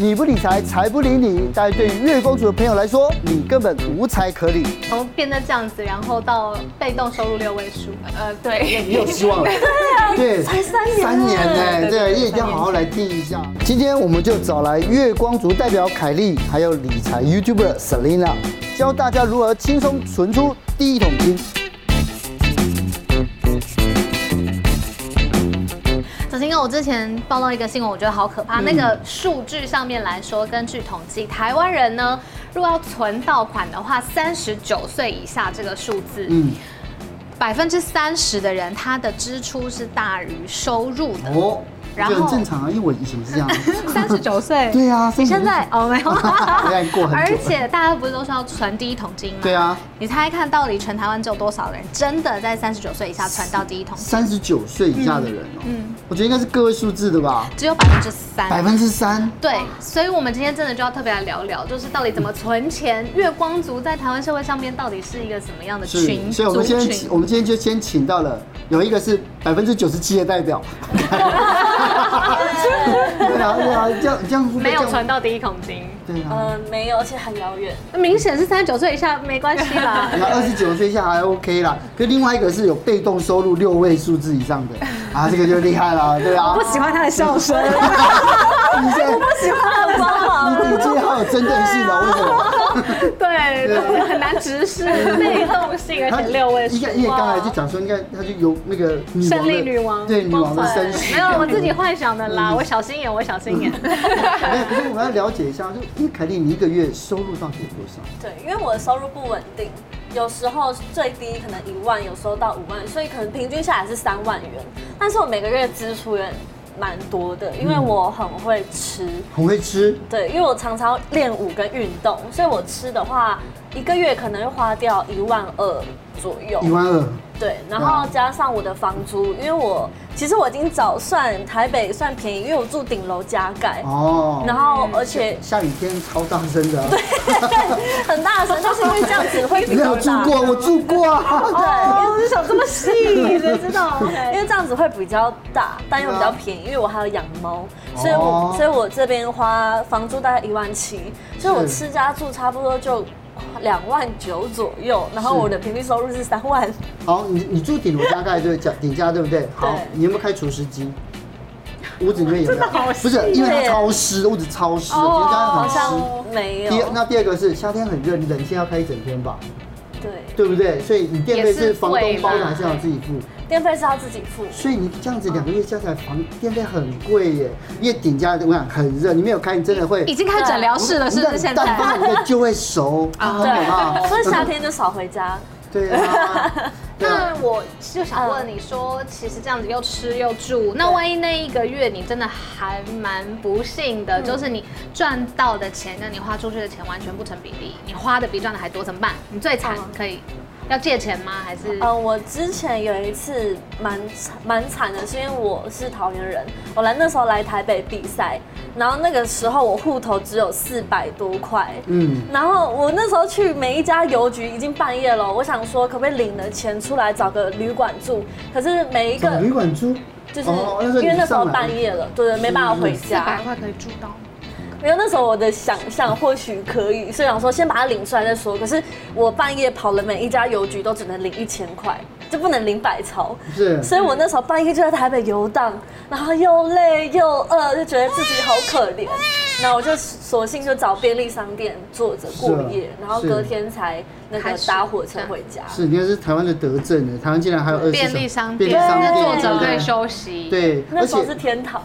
你不理财，财不理你。但对于月光族的朋友来说，你根本无财可理。 从变成这样子，然后到被动收入6位数， 对， 你有希望了。对， 才3年。 3年呢，对，也一定要好好来听一下。今天我们就找来月光族代表凯莉，还有理财 YouTuber Selina， 教大家如何轻松存出第一桶金。 小新哥，我之前报道一个新闻，我觉得好可怕。那个数据上面来说，根据统计，台湾人呢，如果要存到款的话，39岁以下这个数字，30%的人他的支出是大于收入的。哦， 然后很正常啊，因为我以前是这样。 39岁， 对啊， 你现在没有， 过很久。 而且大家不是都说要存第一桶金吗？ 对啊。 你猜看到底全台湾只有多少人真的在39岁以下存到第一桶金 ？39岁以下的人哦，我觉得应该是个位数字的吧？ 只有3%。 3%？ 对，所以我们今天真的就要特别来聊聊，就是到底怎么存钱。月光族在台湾社会上面到底是一个什么样的群？ 所以我们今天就先请到了有一个是97%的代表。对啊，这样没有存到第一桶金。 对啊， 没有，而且很遥远。 明显是39岁以下没关系啦。 29岁以下还 OK 啦。可另外一个是有被动收入6位数字以上的啊，这个就厉害了，对啊。 我不喜欢他的笑声。 我不喜欢他的光芒。 你今天好有针对性的，为什么？ 对，很难直视，被动性，而且6位数。 因为刚才就讲说，应该他就有那个胜利女王， 对女王的身世。 没有，我自己幻想的啦，我小心眼。可是我们要了解一下，就因为凯莉，你一个月收入到底有多少？ 对，因为我的收入不稳定，有时候最低可能1万，有时候到5万，所以可能平均下来是3万元。但是我每个月支出也蛮多的，因为我很会吃。 很会吃？ 对，因为我常常练舞跟运动，所以我吃的话，一个月可能会花掉1万2左右。 1万2。 对，然后加上我的房租，因为其实我已经找算台北算便宜，因为我住顶楼加盖哦，然后而且下雨天超大声的， 对，很大声，就是因为这样子会比较大。 你有住过？我住过啊。 对， 我是想这么细，谁知道？ 因为这样子会比较大，但又比较便宜，因为我还有养猫，所以我这边花房租大概1万7，所以我吃加住差不多就2万9左右，然后我的平均收入是3万。 好，你住顶楼加盖对，顶家对不对？好，你有没有开除湿机？屋子里面有没有？不是，因为它超湿，屋子超湿，顶家很湿。 好像没有。 那第二个是夏天很热，你冷气要开1整天吧？ 对， 对不对？所以你电费是房东包的还是要自己付？ 电费是要自己付。 所以你这样子2个月加起来电费很贵耶。因为顶家我想很热，你没有开，你真的会已经开诊疗室了，是不是？现在蛋糕里面就会熟啊，很可怕。 所以夏天就少回家。 对啊。 那我就想问你说，其实这样子又吃又住，那万一那一个月你真的还蛮不幸的，就是你赚到的钱跟你花出去的钱完全不成比例，你花的比赚的还多，怎么办？你最惨可以要借钱吗？还是？ 我之前有一次蛮惨的，是因为我是桃园人，我那时候来台北比赛，然后那个时候我户头只有400多块，然后我那时候去每一家邮局已经半夜了，我想说可不可以领了钱出来找个旅馆住，可是每一个旅馆住， 就是因为那时候半夜了，对，没办法回家。 400块可以住到。 没有，那时候我的想象或许可以，所以想说先把它领出来再说。可是我半夜跑了每一家邮局，都只能领1000块，就不能领百钞。 是， 所以我那时候半夜就在台北游荡，然后又累又饿，就觉得自己好可怜。那我就索性就找便利商店坐着过夜，然后隔天才那个搭火车回家。 是，你看是台湾的德政呢，台湾竟然还有便利商店，坐着可以休息。 对， 那时候是天堂。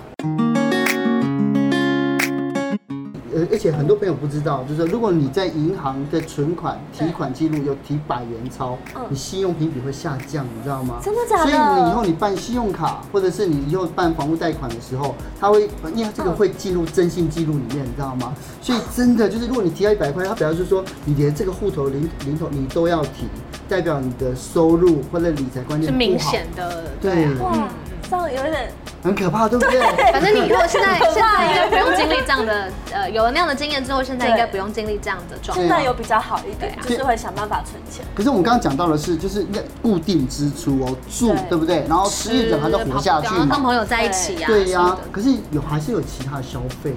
而且很多朋友不知道，就是如果你在银行的存款提款记录有提100元钞，你信用评比会下降，你知道吗？ 真的假的？ 所以你以后你办信用卡，或者是你以后办房屋贷款的时候，它会因为这个会记录征信记录里面，你知道吗？所以真的就是，如果你提到100块，它表示说你连这个户头零头你都要提，代表你的收入或者理财观念是明显的。 对， 哇，这样有一点。 很可怕，对不对？ 反正你如果现在应该不用经历这样的，有了那样的经验之后，现在应该不用经历这样的状态。 现在有比较好一点，就是会想办法存钱。 可是我们刚刚讲到的是，就是应该固定支出哦，住对不对？然后吃人还是活下去嘛， 跟朋友在一起啊。 对呀，可是还是有其他的消费啊。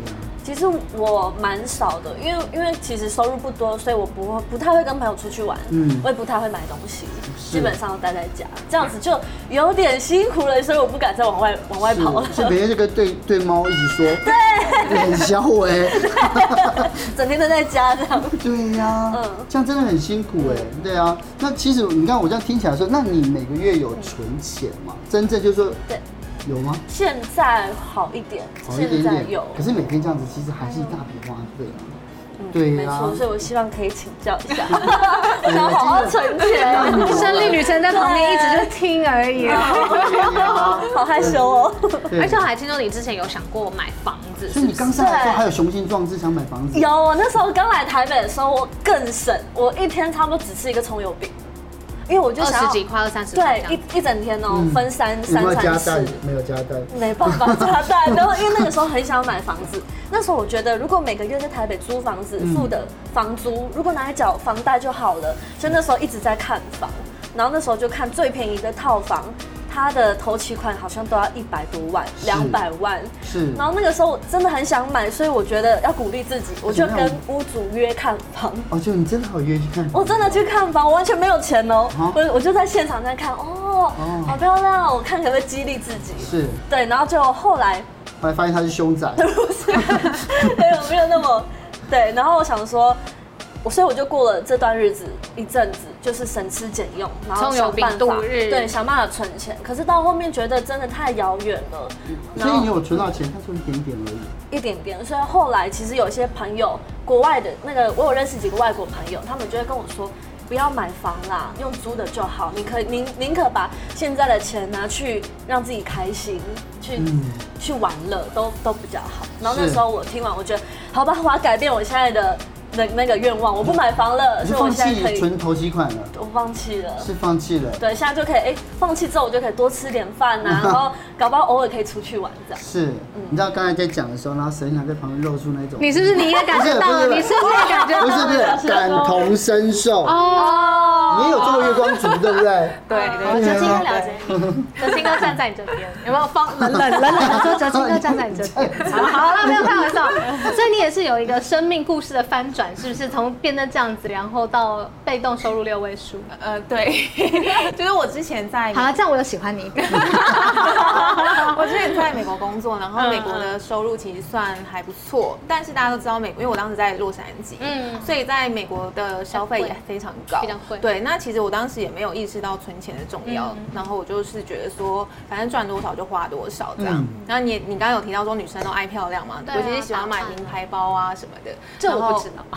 其实我蛮少的，因为其实收入不多，所以我不太会跟朋友出去玩，我也不太会买东西，基本上都待在家，这样子就有点辛苦了，所以我不敢再往外跑了。 是每天就跟对猫一直说，对，很小整天都在家这样。 对呀，这样真的很辛苦对啊。那其实你看我这样听起来说，那你每个月有存钱吗？真正就是说，对。有吗？ 现在好一点，现在有。 可是每天这样子，其实还是一大笔花费啊。对没错，所以我希望可以请教一下，想好好存钱。 胜利女神在旁边一直就听而已， 好害羞哦。 而且我还听说你之前有想过买房子， 所以你刚上来的时候还有雄心壮志想买房子？ 有，我那时候刚来台北的时候，我更省，我一天差不多只吃一个葱油饼。因为我就想 20几块、30块， 对，一整天哦，分三餐吃， 没有加蛋， 没办法加蛋。然后因为那个时候很想买房子，那时候我觉得如果每个月在台北租房子付的房租，如果拿来缴房贷就好了，所以那时候一直在看房，然后那时候就看最便宜的套房。它的头期款好像都要100多万、200万，是。然后那个时候我真的很想买，所以我觉得要鼓励自己，我就跟屋主约看房。 哦，就你真的好约去看房？ 我真的去看房，我完全没有钱哦，我就在现场在看，好漂亮，我看可不可以激励自己？是。对，然后就后来发现他是凶宅， 不是，没有那么对。然后我想说。所以我就过了这段日子一阵子，就是省吃俭用，然后想办法对想办法存钱。可是到后面觉得真的太遥远了， 所以你有存到钱，他说一点点而已， 一点点。所以后来其实有一些朋友，国外的那个，我有认识几个外国朋友，他们就会跟我说，不要买房啦，用租的就好。宁可把现在的钱拿去让自己开心，去玩乐，都比较好。然后那时候我听完，我觉得好吧，我要改变我现在的。那个愿望，我不买房了， 所以我现在可以存头期款了。 我放弃了， 是放弃了。 对，现在就可以，放弃之后我就可以多吃点饭啊，然后搞不好偶尔可以出去玩这样。 是，你知道刚才在讲的时候，然后Selina在旁边露出那种， 你是不是你也感觉到了？你是不是也感觉到了？ 不是，感同身受哦。你也有做过月光族，对不对？ 对，哲青哥了解你，哲青哥站在你这边，有没有冷说哲青哥站在你这边？好了，没有开玩笑。所以你也是有一个生命故事的翻转，是不是？从变得这样子，然后到被动收入6位数。 对，就是我之前在好了，这样我有喜欢你。 我之前在美国工作，然后美国的收入其实算还不错，但是大家都知道美国，因为我当时在洛杉矶，所以在美国的消费也非常高， 非常贵。 对，那其实我当时也没有意识到存钱的重要，然后我就是觉得说，反正赚多少就花多少这样。然后你刚刚有提到说女生都爱漂亮嘛，尤其是喜欢买名牌包啊什么的， 这我不知道。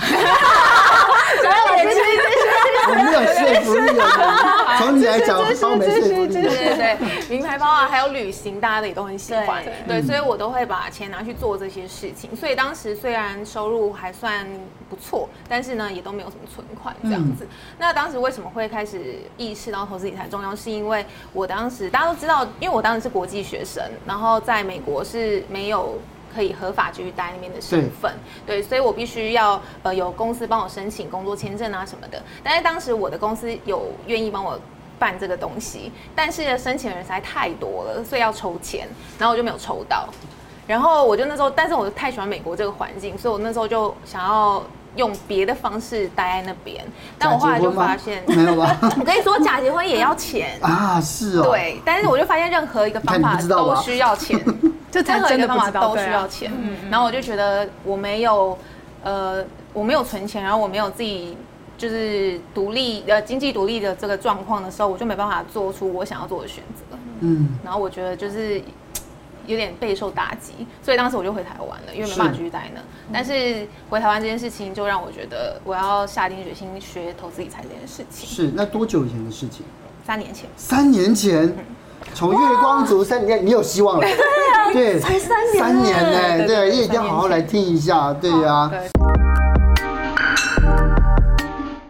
我没有说服力啊！从你来讲，超没说服力。 对，名牌包啊，还有旅行，大家也都很喜欢。对，所以我都会把钱拿去做这些事情。所以当时虽然收入还算不错，但是呢，也都没有什么存款这样子。那当时为什么会开始意识到投资理财重要？是因为我当时大家都知道，因为我当时是国际学生，然后在美国是没有可以合法继续待那边的身份，对，所以我必须要有公司帮我申请工作签证啊什么的。但是当时我的公司有愿意帮我办这个东西，但是申请的人实在太多了，所以要抽签，然后我就没有抽到。然后我就那时候，但是我太喜欢美国这个环境，所以我那时候就想要用别的方式待在那边。但我后来就发现， 没有吧？ 我跟你说，假结婚也要钱啊，是哦。 对，但是我就发现任何一个方法都需要钱。 这才真的不知道， 都需要钱。然后我就觉得我没有存钱，然后我没有自己就是经济独立的这个状况的时候，我就没办法做出我想要做的选择。然后我觉得就是有点备受打击，所以当时我就回台湾了，因为没办法继续待那。但是回台湾这件事情，就让我觉得我要下定决心学投资理财这件事情。 是，那多久以前的事情 ？3年前。 3年前。从月光族3年，你有希望了。 对，才3 年呢，对，也一定要好好来听一下，对呀。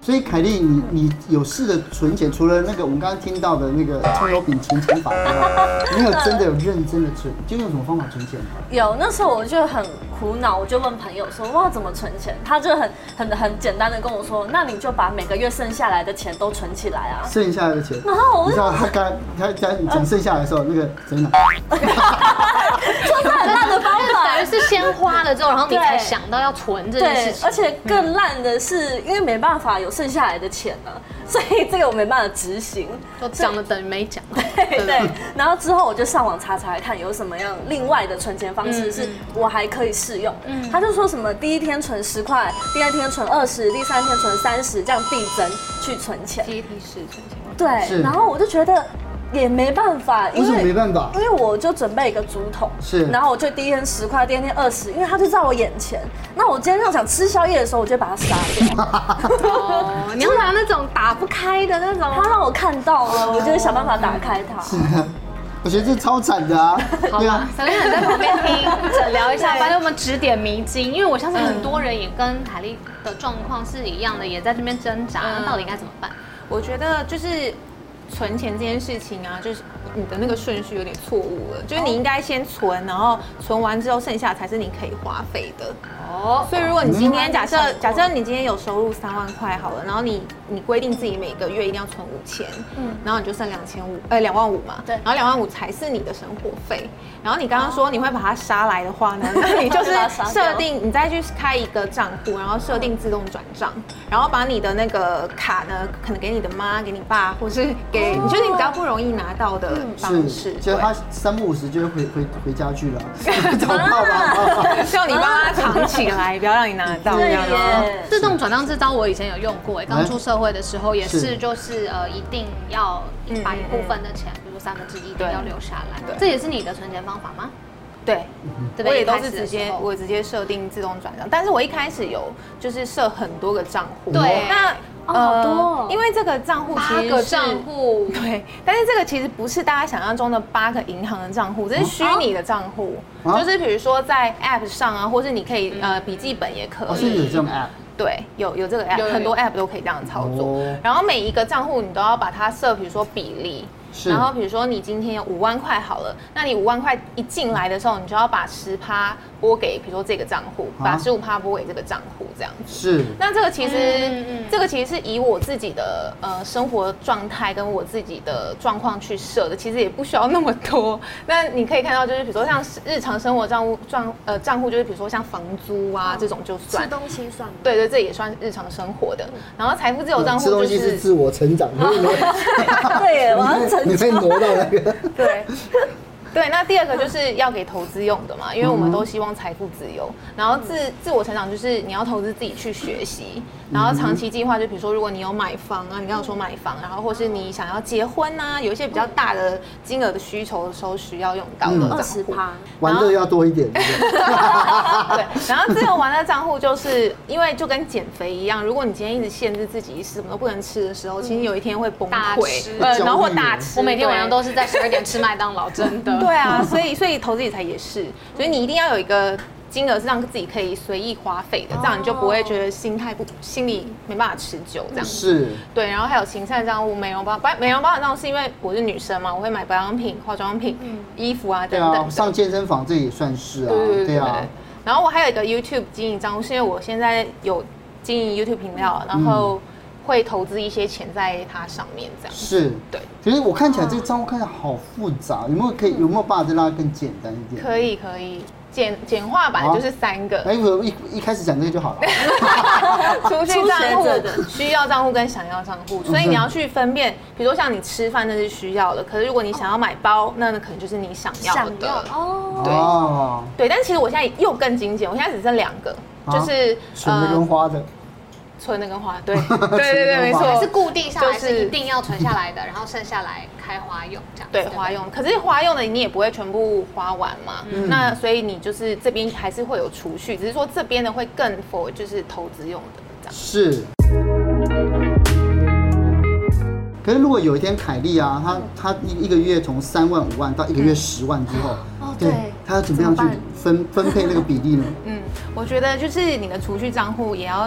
所以凯莉，你有试着存钱，除了那个我们刚刚听到的那个葱油饼存钱法之外，你有真的有认真的存，就用什么方法存钱吗？ 有，那时候我就很苦恼，我就问朋友说我要怎么存钱，他就很简单的跟我说，那你就把每个月剩下来的钱都存起来啊。 剩下来的钱， 然后我你知道他讲剩下来的时候，那个谁呢？ 就是很烂的方法， 等于是先花了之后，然后你才想到要存这件事情。 而且更烂的是，因为没办法有剩下来的钱了，所以这个我没办法执行。 都讲了等于没讲。 对。然后之后我就上网查看有什么样另外的存钱方式是我还可以适用。他就说什么第一天存10块，第二天存20，第三天存30，这样递增去存钱。 阶梯式存钱。 对。然后我就觉得。也没办法， 为什么没办法？ 因为我就准备一个竹筒， 是， 然后我就第一天10块，第二天20，因为他就在我眼前。那我今天要想吃宵夜的时候，我就把它杀掉。 哦，你要拿那种打不开的那种， 他让我看到了，我就会想办法打开它。 是啊，我觉得这超惨的啊。 对啊，小亮你在旁边听，诊疗一下，帮我们指点迷津，因为我相信很多人也跟凯莉的状况是一样的，也在这边挣扎，那到底该怎么办？ 我觉得就是存钱这件事情啊，就是你的那个顺序有点错误了，就是你应该先存，然后存完之后剩下才是你可以花费的。哦，所以如果你今天假设你今天有收入3万块好了，然后你规定自己每个月一定要存5000，然后你就剩2万5嘛， 对， 然后2万5才是你的生活费。然后你刚刚说你会把它杀来的话呢，那你就是设定你再去开一个账户，然后设定自动转账，然后把你的那个卡呢，可能给你的妈、给你爸，或是给你就是你比较不容易拿到的方式， 就他3不50就会回家去了，找不到吧？ 叫你帮他藏起来，不要让你拿到。 对耶， 自动转账这招我以前有用过，刚出社会的时候也是，就是一定要把一部分的钱，比如1/3一定要留下来。这也是你的存钱方法吗？ 对，我也都是直接设定自动转账，但是我一开始有就是设很多个账户。 对， 那好多， 因为这个账户其实 8个账户， 对，但是这个其实不是大家想象中的8个银行的账户，这是虚拟的账户，就是比如说在 App 上啊，或是你可以笔记本也可以。 是有这种 App。 对，有这个 App， 很多 App 都可以这样操作。然后每一个账户你都要把它设，比如说比例。然后比如说你今天有5万块好了，那你5万块一进来的时候，你就要把10%拨给比如说这个账户，把15%拨给这个账户，这样子。 是。 那这个其实是以我自己的生活状态跟我自己的状况去设的，其实也不需要那么多。那你可以看到，就是比如说像日常生活账户，就是比如说像房租啊这种就算。 吃东西算吗？ 对，这也算日常生活的。然后财富自由账户就是吃东西是自我成长。 对，我要成。 你被挪到那个。 对，那第二个就是要给投资用的嘛，因为我们都希望财富自由。然后自我成长就是你要投资自己去学习，然后长期计划就比如说如果你有买房啊，你刚刚说买房，然后或是你想要结婚啊，有一些比较大的金额的需求的时候需要用到的账户， 玩乐要多一点。 对，然后自由玩乐账户就是因为就跟减肥一样，如果你今天一直限制自己什么都不能吃的时候，其实有一天会崩溃，然后或大吃。 我每天晚上都是在12点吃麦当劳，真的。 对啊，所以投资理财也是，所以你一定要有一个金额是让自己可以随意花费的，这样你就不会觉得心里没办法持久这样。 是。对， 然后还有勤善账户、美容保养账户，是因为我是女生嘛，我会买保养品、化妆品、衣服啊等等。对啊， 上健身房这也算是啊。对啊。 然后我还有一个 YouTube 经营账户，是因为我现在有经营 YouTube 频道，然后会投资一些钱在它上面，这样。是。对。 其实我看起来这个账户看起来好复杂，有没有办法再让它更简单一点？ 可以。简化版就是3个。 我一开始讲这个就好了。 储蓄账户、需要账户跟想要账户，所以你要去分辨，比如说像你吃饭那是需要的，可是如果你想要买包，那可能就是你想要的。对，但其实我现在又更精简，我现在只剩2个，就是存的跟花的。 存的跟花，对，没错， 是固定下来，是一定要存下来的，然后剩下来开花用这样。 对，花用，可是花用的你也不会全部花完嘛，那所以你就是这边还是会有储蓄，只是说这边的会更 for 就是投资用的这样。 是。可是如果有一天凯莉啊，她一个月从3万5万到一个月10万之后，对，她要怎么样去分配那个比例呢？ 我觉得就是你的储蓄账户也要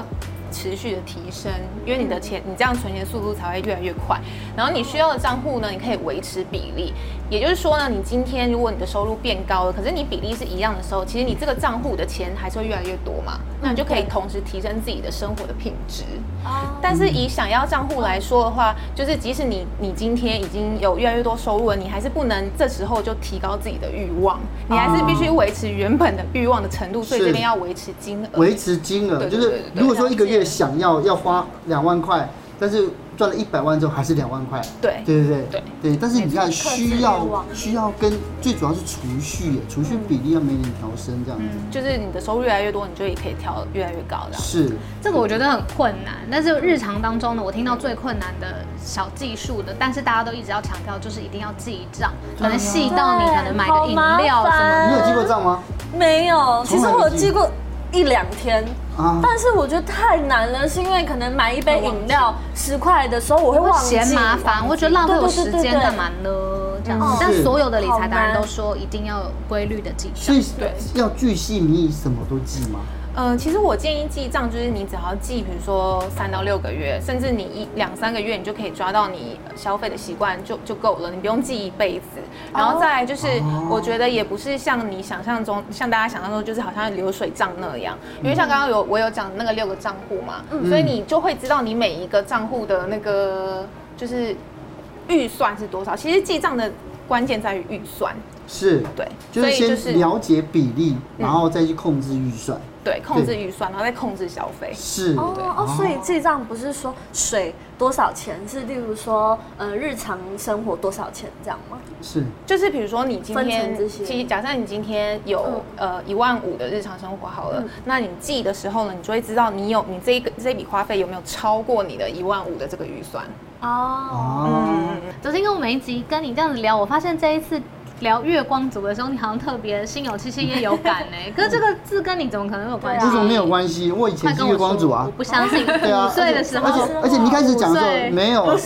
持续的提升，因为你这样存钱速度才会越来越快。然后你需要的账户呢，你可以维持比例，也就是说呢，你今天如果你的收入变高了，可是你比例是一样的时候，其实你这个账户的钱还是会越来越多嘛，那你就可以同时提升自己的生活的品质。但是以想要账户来说的话，就是即使你今天已经有越来越多收入了，你还是不能这时候就提高自己的欲望，你还是必须维持原本的欲望的程度，所以这边要维持金额。 维持金额就是如果说一个月想要花2万块，但是赚了100万之后还是2万块， 对对。但是你看需要跟最主要是储蓄比例要每年调升这样子， 就是你的收入越来越多，你就也可以调越来越高这样。 是这个我觉得很困难，但是日常当中呢，我听到最困难的小技术的，但是大家都一直要强调，就是一定要记账，可能细到你可能买个饮料什么。 你有记过账吗？ 没有，其实我记过1-2天。但是我觉得太难了，是因为可能买一杯饮料10块的时候，我会忘记， 嫌麻烦，我觉得浪费我时间干嘛呢？这样子，但所有的理财达人都说一定要有规律的记账， 所以要巨细靡遗，什么都记吗？ 其实我建议记账，就是你只要记，比如说3到6个月，甚至你2-3个月，你就可以抓到你消费的习惯就够了，你不用记一辈子。然后再来就是，我觉得也不是像大家想象中，就是好像流水账那样，因为像刚刚我有讲那个6个账户嘛，所以你就会知道你每一个账户的那个就是预算是多少。其实记账的关键在于预算， 是对， 就是先了解比例，然后再去控制预算。 对，控制预算，然后再控制消费。 是所以记账不是说水多少钱，是例如说日常生活多少钱这样吗？ 是， 就是比如说你今天，其实假设你今天有1万5的日常生活好了，那你记的时候呢，你就会知道你这一笔花费有没有超过你的1万5的这个预算。 昨天跟我每一集跟你这样子聊，我发现这一次聊月光族的时候，你好像特别心有戚戚焉有感呢。可是这个字跟你怎么可能有关系？ 为什么没有关系？我以前是月光族啊， 我不相信。5岁的时候， 而且你一开始讲的时候没有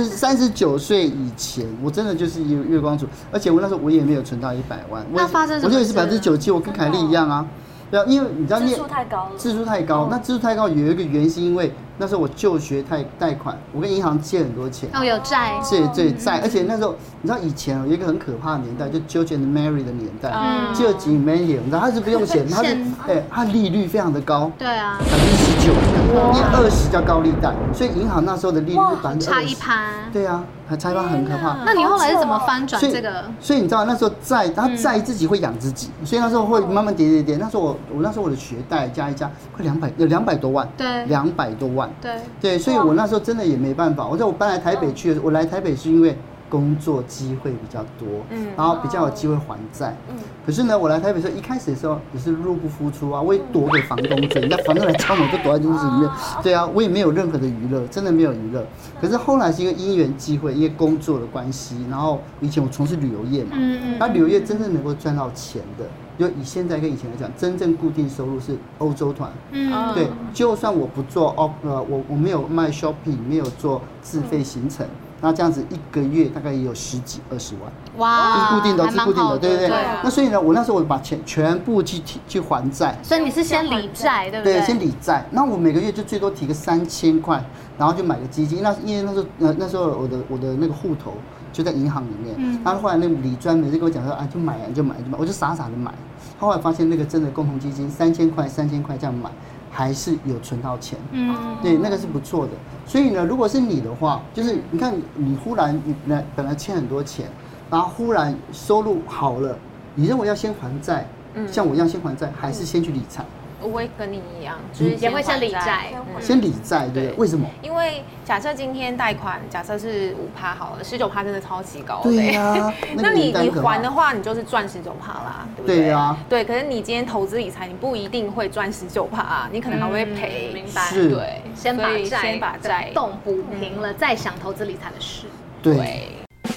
39岁以前，我真的就是月光族，而且我那时候我也没有存到100万。 那发生什么事？ 我就也是97%，我跟凯莉一样啊。对啊，因为你知道支出太高了。 支出太高，那支出太高有一个原因是因为那时候我就学贷款，我跟银行借很多钱。 有债。 借债，而且那时候你知道以前有一个很可怕的年代，就 George and Mary 的年代，George and Mary， 你知道他是不用钱，他利率非常的高。 对啊。 19%，因为20叫高利贷，所以银行那时候的利率是20%。 差1%。 对啊。还差1%很可怕。 那你后来是怎么翻转这个？ 所以你知道那时候他债自己会养自己，所以那时候会慢慢跌。那时候我的学贷加一加快200多万， 对 ，200多万， 对， 所以我那时候真的也没办法。我搬来台北去的时候，我来台北是因为工作机会比较多，然后比较有机会还债。可是呢，我来台北的时候，一开始的时候也是入不敷出啊，我也躲给房东追，人家房东来敲门，我就躲在屋子里面。对啊，我也没有任何的娱乐，真的没有娱乐。可是后来是一个因缘机会，因为工作的关系，然后以前我从事旅游业嘛，那旅游业真正能够赚到钱的，就以现在跟以前来讲，真正固定收入是欧洲团。对，就算我不做我没有卖 shopping， 没有做自费行程。那这样子1个月大概也有10几20万， 哇， 就是固定的，对不对？那所以呢，我那时候我把钱全部去还债。 所以你是先理债，对不对？ 对，先理债。那我每个月就最多提个3000块，然后就买个基金。因为那时候我的那个户头就在银行里面。他后来那个理专每次跟我讲说就买，我就傻傻的买。后来发现那个真的共同基金3000块这样买。还是有存到钱，对，那个是不错的。所以呢，如果是你的话，就是你看你忽然本来欠很多钱，然后忽然收入好了，你认为要先还债，像我一样先还债，还是先去理财？ 我会跟你一样，就是也会先理债， 先理债，对不对？为什么？ 因为假设今天贷款，假设是5%好了，19%真的超级高的。 对呀， 那你还的话，你就是赚19%啦，对不对？ 对呀， 对。可是你今天投资理财，你不一定会赚19%啊，你可能还会赔。 明白？ 对， 先把债洞补平了，再想投资理财的事。 对。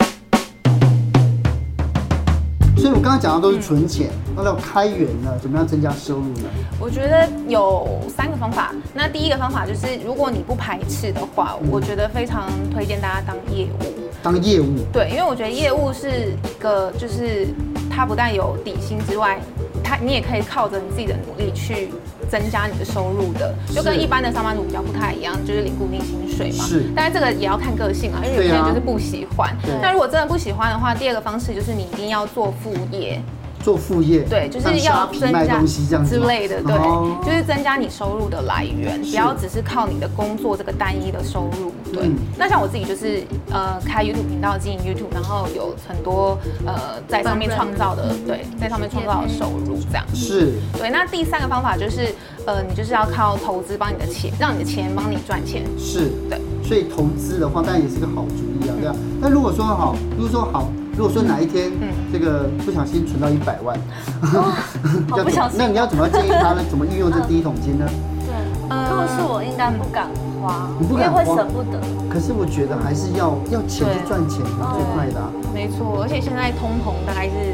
所以我刚刚讲的都是存钱，那要开源呢？怎么样增加收入呢？ 我觉得有3个方法。那第一个方法就是，如果你不排斥的话，我觉得非常推荐大家当业务。 当业务？ 对，因为我觉得业务是一个，就是它不但有底薪之外，你也可以靠着你自己的努力去增加你的收入的，就跟一般的上班族比较不太一样，就是领固定薪水嘛。 是， 但是这个也要看个性啊，因为有些人就是不喜欢。那如果真的不喜欢的话，第二个方式就是你一定要做副业。 做副业， 对，就是要增加之类的，对，就是增加你收入的来源，不要只是靠你的工作这个单一的收入。对，那像我自己就是开 YouTube 频道经营 YouTube， 然后有很多在上面创造的，对，在上面创造的收入这样。 是， 对。那第三个方法就是你就是要靠投资帮你的钱，让你的钱帮你赚钱。 是， 对。 所以投资的话，当然也是个好主意啊，对啊。那如果说哪一天这个不小心存到100万，那你要怎么建议他呢？怎么运用这第一桶金呢？ 对，如果是我，应该不敢花， 你不敢花， 因为会舍不得。可是我觉得还是要钱去赚钱最快的。 没错，而且现在通膨大概是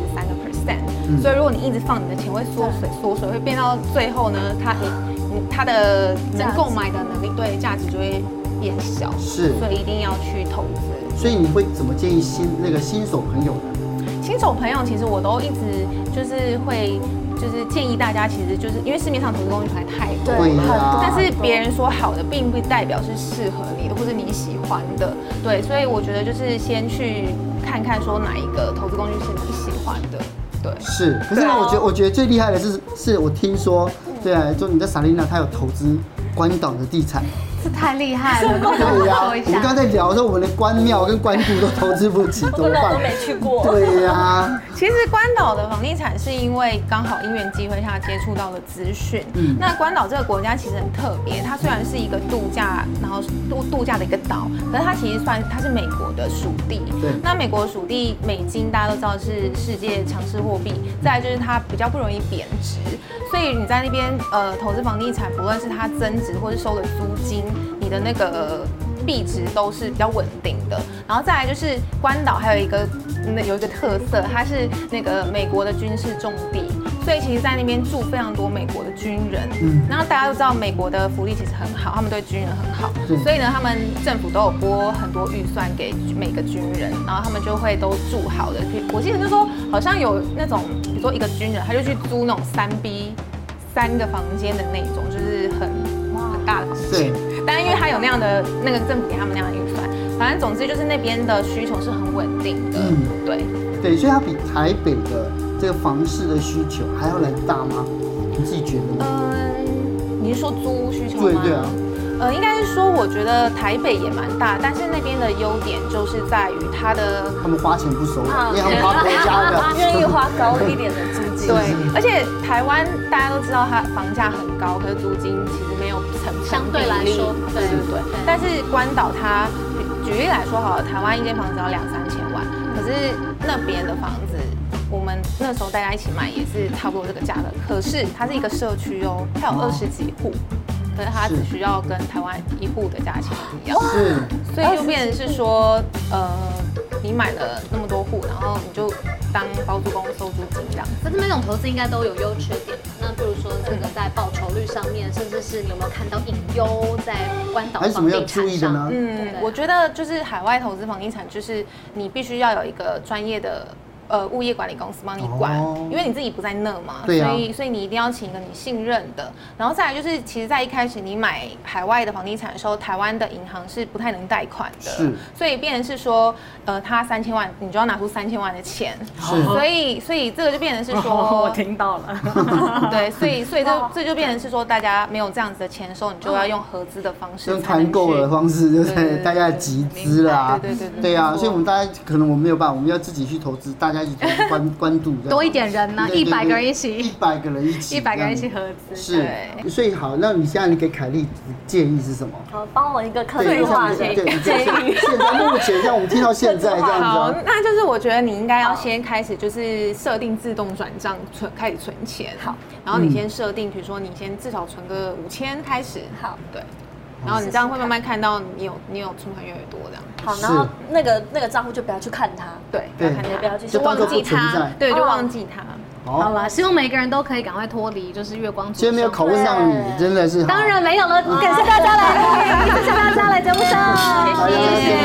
3%，所以如果你一直放你的钱，会缩水，会变到最后呢，它的能购买的能力对价值就会变小。是，所以一定要去投资。 所以你会怎么建议新手朋友呢？ 新手朋友其实我都一直就是会建议大家，其实就是因为市面上投资工具牌太多了，但是别人说好的，并不代表是适合你的或者你喜欢的。对，所以我觉得就是先去看看说哪一个投资工具是你喜欢的。对， 是。可是呢，我觉得最厉害的是我听说，对啊，就你在萨莉娜，她有投资关岛的地产。 这太厉害了！ 对呀，我们刚才聊说我们的关庙跟关渡都投资不起，怎么办？ 都没去过。 对呀。 其实关岛的房地产是因为刚好因缘机会下接触到了资讯。那关岛这个国家其实很特别，它虽然是一个度假，然后度假的一个岛，可是它其实它是美国的属地。对。那美国属地美金大家都知道是世界强势货币，再来就是它比较不容易贬值，所以你在那边投资房地产，不论是它增值或是收的租金，你的那个币值都是比较稳定的。然后再来就是关岛还有一个特色，它是那个美国的军事重地，所以其实在那边住非常多美国的军人。然后大家都知道美国的福利其实很好，他们对军人很好，所以呢，他们政府都有拨很多预算给每个军人，然后他们就会都住好的。我记得就是说，好像有那种，比如说一个军人，他就去租那种3 个房间的那种，就是很大的房间。但因为他有那样的那个政府给他们那样的预算，反正总之就是那边的需求是很稳定的。对， 所以它比台北的这个房市的需求还要来大吗？你自己觉得呢？ 你是说租屋需求吗？ 对啊。 应该是说，我觉得台北也蛮大，但是那边的优点就是在于他们花钱不收，因为他们花国家的， 愿意花高一点的租金。 对，而且台湾大家都知道它房价很高，可是租金其实没有相对来说， 对。但是关岛它，举例来说好了，台湾一间房子要2-3千万，可是那边的房子，我们那时候大家一起买也是差不多这个价格，可是它是一个社区哦，它有20几户。可是它只需要跟台湾1户的价钱一样，所以就变成是说，你买了那么多户，然后你就当包租公收租金这样。 可是每种投资应该都有优缺点嘛？那比如说这个在报酬率上面，甚至是你有没有看到隐忧在关岛房地产上？ 我觉得就是海外投资房地产，就是你必须要有一个专业的。物业管理公司帮你管，因为你自己不在那嘛，所以你一定要请一个你信任的。然后再来就是，其实，在一开始你买海外的房地产的时候，台湾的银行是不太能贷款的，所以变成是说，他3000万，你就要拿出3000万的钱，所以这个就变成是说， 我听到了， 对，所以这就变成是说，大家没有这样子的钱的时候，你就要用合资的方式， 用团购的方式，就是大家集资啦，对啊，所以我们大家可能我们没有办法，我们要自己去投资，大家一起关渡， 多一点人呢，100个人一起 ，100个人一起合资， 是。所以好，那你现在你给凯莉建议是什么？ 帮我一个客制化的建议。 现在目前像我们听到现在这样子， 好，那就是我觉得你应该要先开始就是设定自动转账开始存钱，好，然后你先设定，比如说你先至少存个5000开始，好，对。然后你这样会慢慢看到你有存款越来越多这样。 好，然后那个账户就不要去看它， 对，不要看它， 不要去， 就忘记它，对，就忘记它。 好了，希望每个人都可以赶快脱离就是月光族。 今天没有拷问到你，真的是。 当然没有了，感谢大家来，谢谢大家来节目上，谢谢。